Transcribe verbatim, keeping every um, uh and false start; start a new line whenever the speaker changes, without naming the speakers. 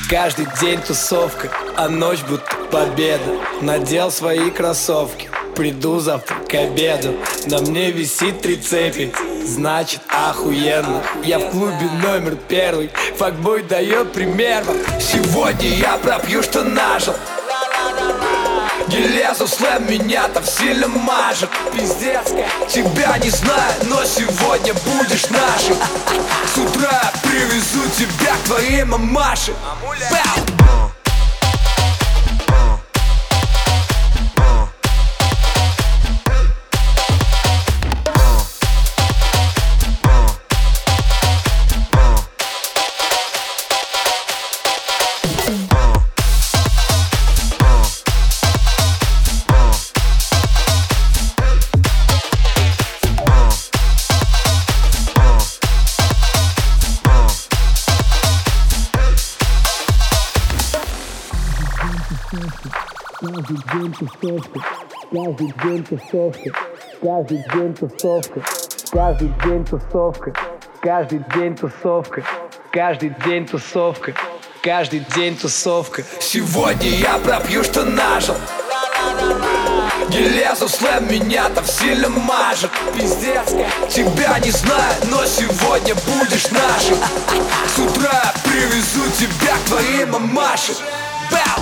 Каждый день тусовка, а ночь будто победа. Надел свои кроссовки, приду завтра к обеду. На мне висит три цепи, значит охуенно. Я в клубе номер первый, факбой дает пример. Сегодня я пропью, что нажил. Не лезу, слэм меня там сильно мажет. Пиздец, тебя не знаю, но сегодня будешь нашим. С утра привезу тебя к твоей мамаше. Бау!
Каждый день тусовка, каждый день тусовка, каждый день тусовка, каждый день тусовка, каждый день тусовка, каждый день тусовка.
Сегодня я пропью, что нажил. Не лезу, слэм меня там сильно мажет. Пиздец, тебя не знаю, но сегодня будешь нашим. С утра привезу тебя к твоей мамаше. Бау!